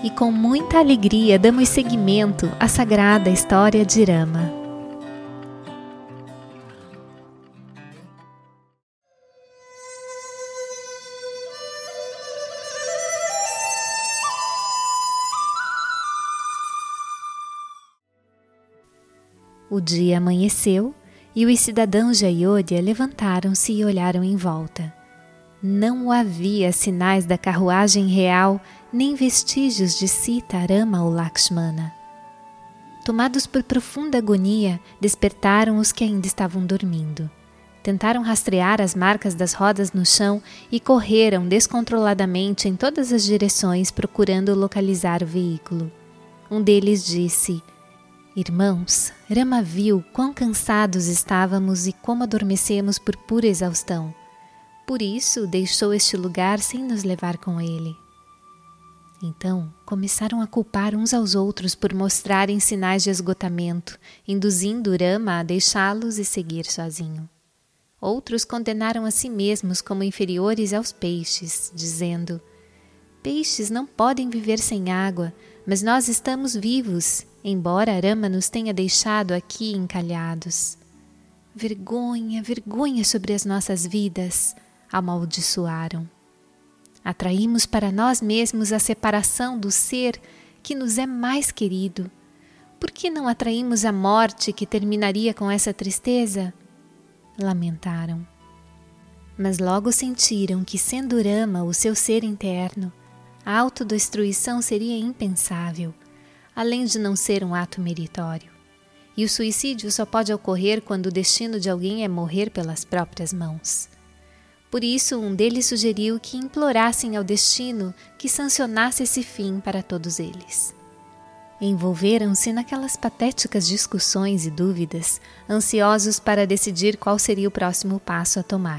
e com muita alegria damos seguimento à sagrada história de Rama. O dia amanheceu e os cidadãos de Ayodhya levantaram-se e olharam em volta. Não havia sinais da carruagem real, nem vestígios de Sita, Rama ou Lakshmana. Tomados por profunda agonia, despertaram os que ainda estavam dormindo. Tentaram rastrear as marcas das rodas no chão e correram descontroladamente em todas as direções procurando localizar o veículo. Um deles disse: "Irmãos, Rama viu quão cansados estávamos e como adormecemos por pura exaustão. Por isso, deixou este lugar sem nos levar com ele." Então, começaram a culpar uns aos outros por mostrarem sinais de esgotamento, induzindo Rama a deixá-los e seguir sozinho. Outros condenaram a si mesmos como inferiores aos peixes, dizendo: "Peixes não podem viver sem água, mas nós estamos vivos, embora Rama nos tenha deixado aqui encalhados. Vergonha, vergonha sobre as nossas vidas", amaldiçoaram. Atraímos para nós mesmos a separação do ser que nos é mais querido. Por que não atraímos a morte que terminaria com essa tristeza? Lamentaram. Mas logo sentiram que, sendo Rama o seu ser interno, a autodestruição seria impensável, além de não ser um ato meritório. E o suicídio só pode ocorrer quando o destino de alguém é morrer pelas próprias mãos. Por isso, um deles sugeriu que implorassem ao destino que sancionasse esse fim para todos eles. Envolveram-se naquelas patéticas discussões e dúvidas, ansiosos para decidir qual seria o próximo passo a tomar.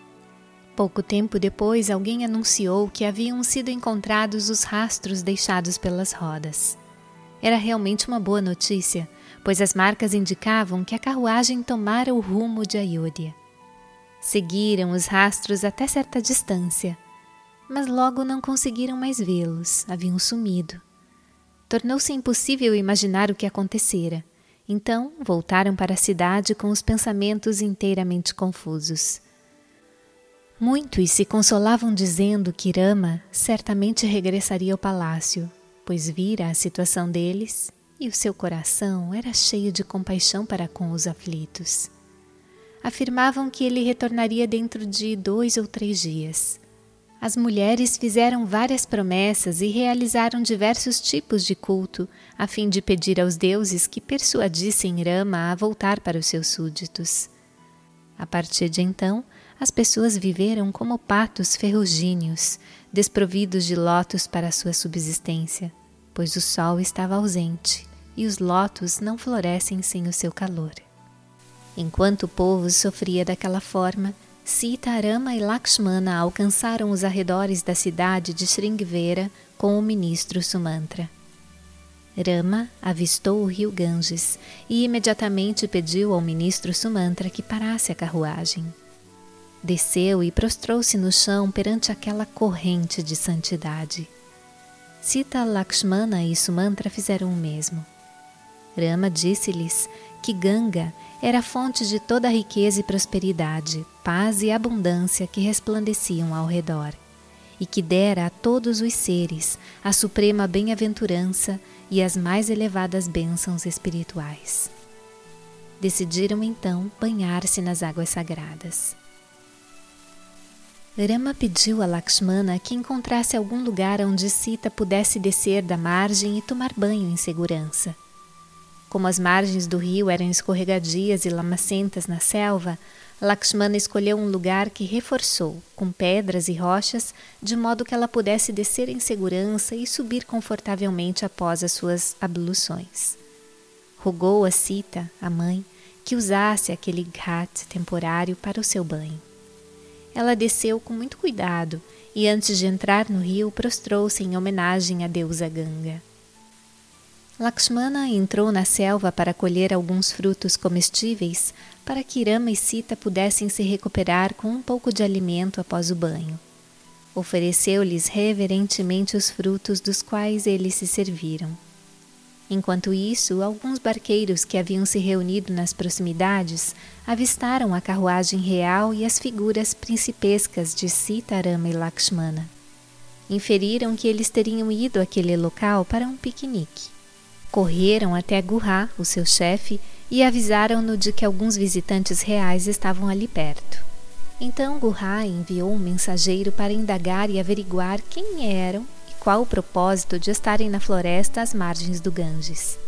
Pouco tempo depois, alguém anunciou que haviam sido encontrados os rastros deixados pelas rodas. Era realmente uma boa notícia, pois as marcas indicavam que a carruagem tomara o rumo de Ayodhya. Seguiram os rastros até certa distância, mas logo não conseguiram mais vê-los, haviam sumido. Tornou-se impossível imaginar o que acontecera, então voltaram para a cidade com os pensamentos inteiramente confusos. Muitos se consolavam dizendo que Rama certamente regressaria ao palácio, pois vira a situação deles e o seu coração era cheio de compaixão para com os aflitos. Afirmavam que ele retornaria dentro de 2 ou 3 dias. As mulheres fizeram várias promessas e realizaram diversos tipos de culto, a fim de pedir aos deuses que persuadissem Rama a voltar para os seus súditos. A partir de então, as pessoas viveram como patos ferrugíneos, desprovidos de lótus para sua subsistência, pois o sol estava ausente e os lótus não florescem sem o seu calor. Enquanto o povo sofria daquela forma, Sita, Rama e Lakshmana alcançaram os arredores da cidade de Sringavera com o ministro Sumantra. Rama avistou o rio Ganges e imediatamente pediu ao ministro Sumantra que parasse a carruagem. Desceu e prostrou-se no chão perante aquela corrente de santidade. Sita, Lakshmana e Sumantra fizeram o mesmo. Rama disse-lhes que Ganga era a fonte de toda a riqueza e prosperidade, paz e abundância que resplandeciam ao redor, e que dera a todos os seres a suprema bem-aventurança e as mais elevadas bênçãos espirituais. Decidiram então banhar-se nas águas sagradas. Rama pediu a Lakshmana que encontrasse algum lugar onde Sita pudesse descer da margem e tomar banho em segurança. Como as margens do rio eram escorregadias e lamacentas na selva, Lakshmana escolheu um lugar que reforçou, com pedras e rochas, de modo que ela pudesse descer em segurança e subir confortavelmente após as suas abluções. Rogou a Sita, a mãe, que usasse aquele ghat temporário para o seu banho. Ela desceu com muito cuidado e, antes de entrar no rio, prostrou-se em homenagem à deusa Ganga. Lakshmana entrou na selva para colher alguns frutos comestíveis para que Rama e Sita pudessem se recuperar com um pouco de alimento após o banho. Ofereceu-lhes reverentemente os frutos dos quais eles se serviram. Enquanto isso, alguns barqueiros que haviam se reunido nas proximidades avistaram a carruagem real e as figuras principescas de Sita, Rama e Lakshmana. Inferiram que eles teriam ido àquele local para um piquenique. Correram até Guha, o seu chefe, e avisaram-no de que alguns visitantes reais estavam ali perto. Então Guha enviou um mensageiro para indagar e averiguar quem eram e qual o propósito de estarem na floresta às margens do Ganges.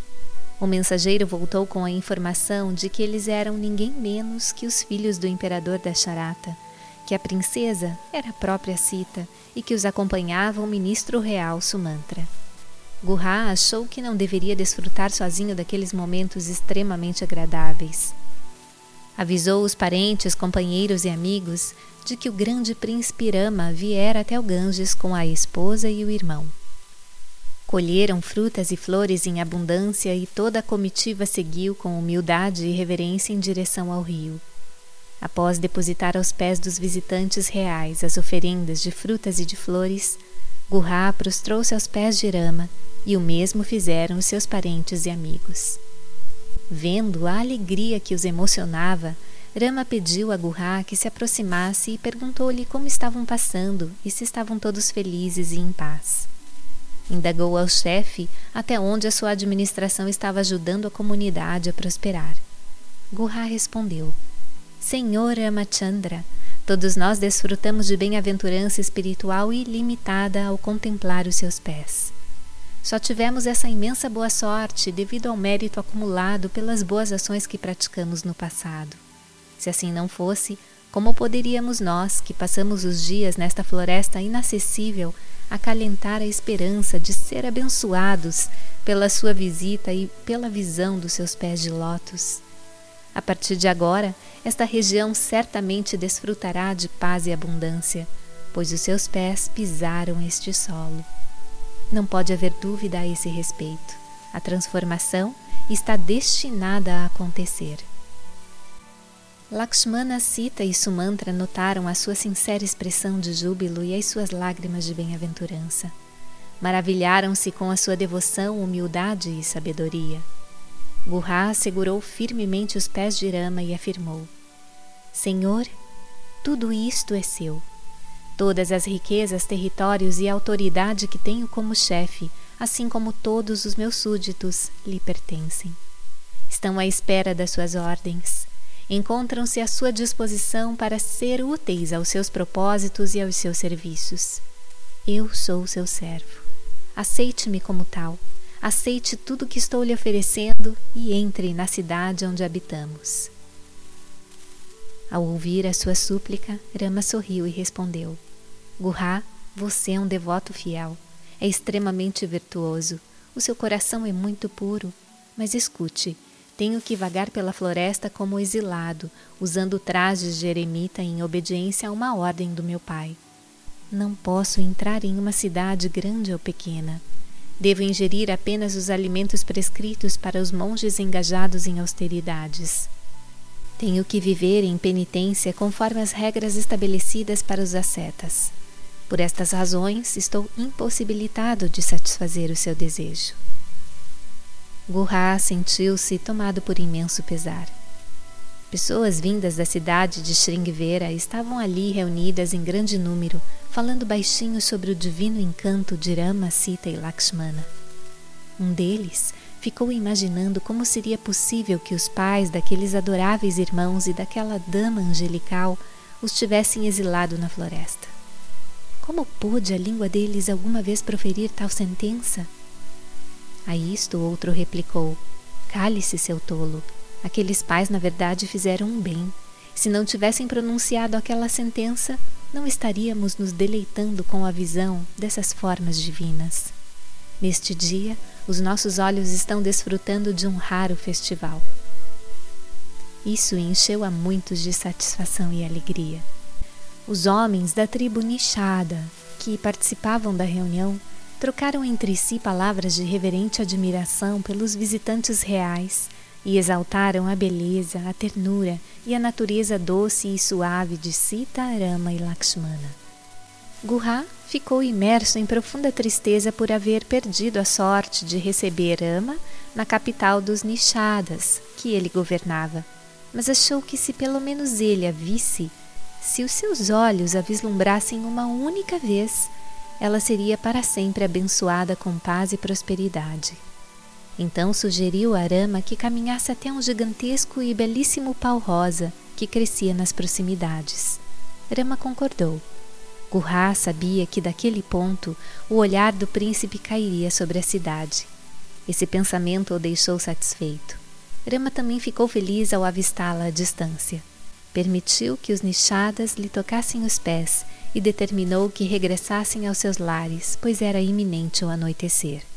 O mensageiro voltou com a informação de que eles eram ninguém menos que os filhos do imperador Dasharata, que a princesa era a própria Sita e que os acompanhava o ministro real Sumantra. Guha achou que não deveria desfrutar sozinho daqueles momentos extremamente agradáveis. Avisou os parentes, companheiros e amigos de que o grande príncipe Rama viera até o Ganges com a esposa e o irmão. Colheram frutas e flores em abundância e toda a comitiva seguiu com humildade e reverência em direção ao rio. Após depositar aos pés dos visitantes reais as oferendas de frutas e de flores, Guha prostrou-se aos pés de Rama e o mesmo fizeram os seus parentes e amigos. Vendo a alegria que os emocionava, Rama pediu a Guha que se aproximasse e perguntou-lhe como estavam passando e se estavam todos felizes e em paz. Indagou ao chefe até onde a sua administração estava ajudando a comunidade a prosperar. Guha respondeu: Senhor Ramachandra, todos nós desfrutamos de bem-aventurança espiritual ilimitada ao contemplar os seus pés. Só tivemos essa imensa boa sorte devido ao mérito acumulado pelas boas ações que praticamos no passado. Se assim não fosse, como poderíamos nós, que passamos os dias nesta floresta inacessível, acalentar a esperança de ser abençoados pela sua visita e pela visão dos seus pés de lótus? A partir de agora, esta região certamente desfrutará de paz e abundância, pois os seus pés pisaram este solo. Não pode haver dúvida a esse respeito. A transformação está destinada a acontecer. Lakshmana, Sita e Sumantra notaram a sua sincera expressão de júbilo e as suas lágrimas de bem-aventurança. Maravilharam-se com a sua devoção, humildade e sabedoria. Guha segurou firmemente os pés de Rama e afirmou: Senhor, tudo isto é seu. Todas as riquezas, territórios e autoridade que tenho como chefe, assim como todos os meus súditos, lhe pertencem. Estão à espera das suas ordens. Encontram-se à sua disposição para ser úteis aos seus propósitos e aos seus serviços. Eu sou seu servo. Aceite-me como tal. Aceite tudo o que estou lhe oferecendo e entre na cidade onde habitamos. Ao ouvir a sua súplica, Rama sorriu e respondeu: Guha, você é um devoto fiel. É extremamente virtuoso. O seu coração é muito puro. Mas escute, tenho que vagar pela floresta como exilado, usando trajes de eremita em obediência a uma ordem do meu pai. Não posso entrar em uma cidade grande ou pequena. Devo ingerir apenas os alimentos prescritos para os monges engajados em austeridades. Tenho que viver em penitência conforme as regras estabelecidas para os ascetas. Por estas razões, estou impossibilitado de satisfazer o seu desejo. Guha sentiu-se tomado por imenso pesar. Pessoas vindas da cidade de Sringvera estavam ali reunidas em grande número, falando baixinho sobre o divino encanto de Rama, Sita e Lakshmana. Um deles ficou imaginando como seria possível que os pais daqueles adoráveis irmãos e daquela dama angelical os tivessem exilado na floresta. Como pôde a língua deles alguma vez proferir tal sentença? A isto outro replicou: Cale-se, seu tolo. Aqueles pais, na verdade, fizeram um bem. Se não tivessem pronunciado aquela sentença, não estaríamos nos deleitando com a visão dessas formas divinas. Neste dia, os nossos olhos estão desfrutando de um raro festival. Isso encheu a muitos de satisfação e alegria. Os homens da tribo Nishada, que participavam da reunião, trocaram entre si palavras de reverente admiração pelos visitantes reais e exaltaram a beleza, a ternura e a natureza doce e suave de Sita, Rama e Lakshmana. Gurra ficou imerso em profunda tristeza por haver perdido a sorte de receber Rama na capital dos Nishadas, que ele governava, mas achou que se pelo menos ele a visse, se os seus olhos a vislumbrassem uma única vez, ela seria para sempre abençoada com paz e prosperidade. Então sugeriu a Rama que caminhasse até um gigantesco e belíssimo pau rosa que crescia nas proximidades. Rama concordou. Gurra sabia que daquele ponto o olhar do príncipe cairia sobre a cidade. Esse pensamento o deixou satisfeito. Rama também ficou feliz ao avistá-la à distância. Permitiu que os Nishadas lhe tocassem os pés e determinou que regressassem aos seus lares, pois era iminente o anoitecer.